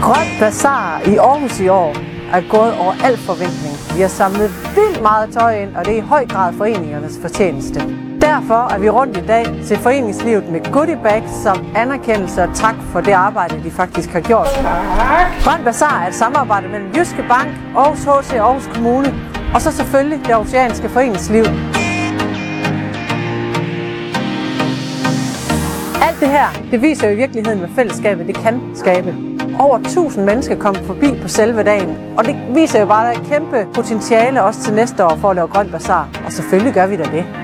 Grøn Bazar i Aarhus i år er gået over al forventning. Vi har samlet vildt meget tøj ind, og det er i høj grad foreningernes fortjeneste. Derfor er vi rundt i dag til foreningslivet med goodie bags som anerkendelse og tak for det arbejde, de faktisk har gjort. Grøn Bazar er et samarbejde mellem Jyske Bank, Aarhus HC og Aarhus Kommune, og så selvfølgelig det aarhusianske foreningsliv. Alt det her, det viser jo i virkeligheden, hvad fællesskabet det kan skabe. Over 1000 mennesker kom forbi på selve dagen, og det viser jo bare, at der er et kæmpe potentiale også til næste år for at lave Grøn Bazar. Og selvfølgelig gør vi da det.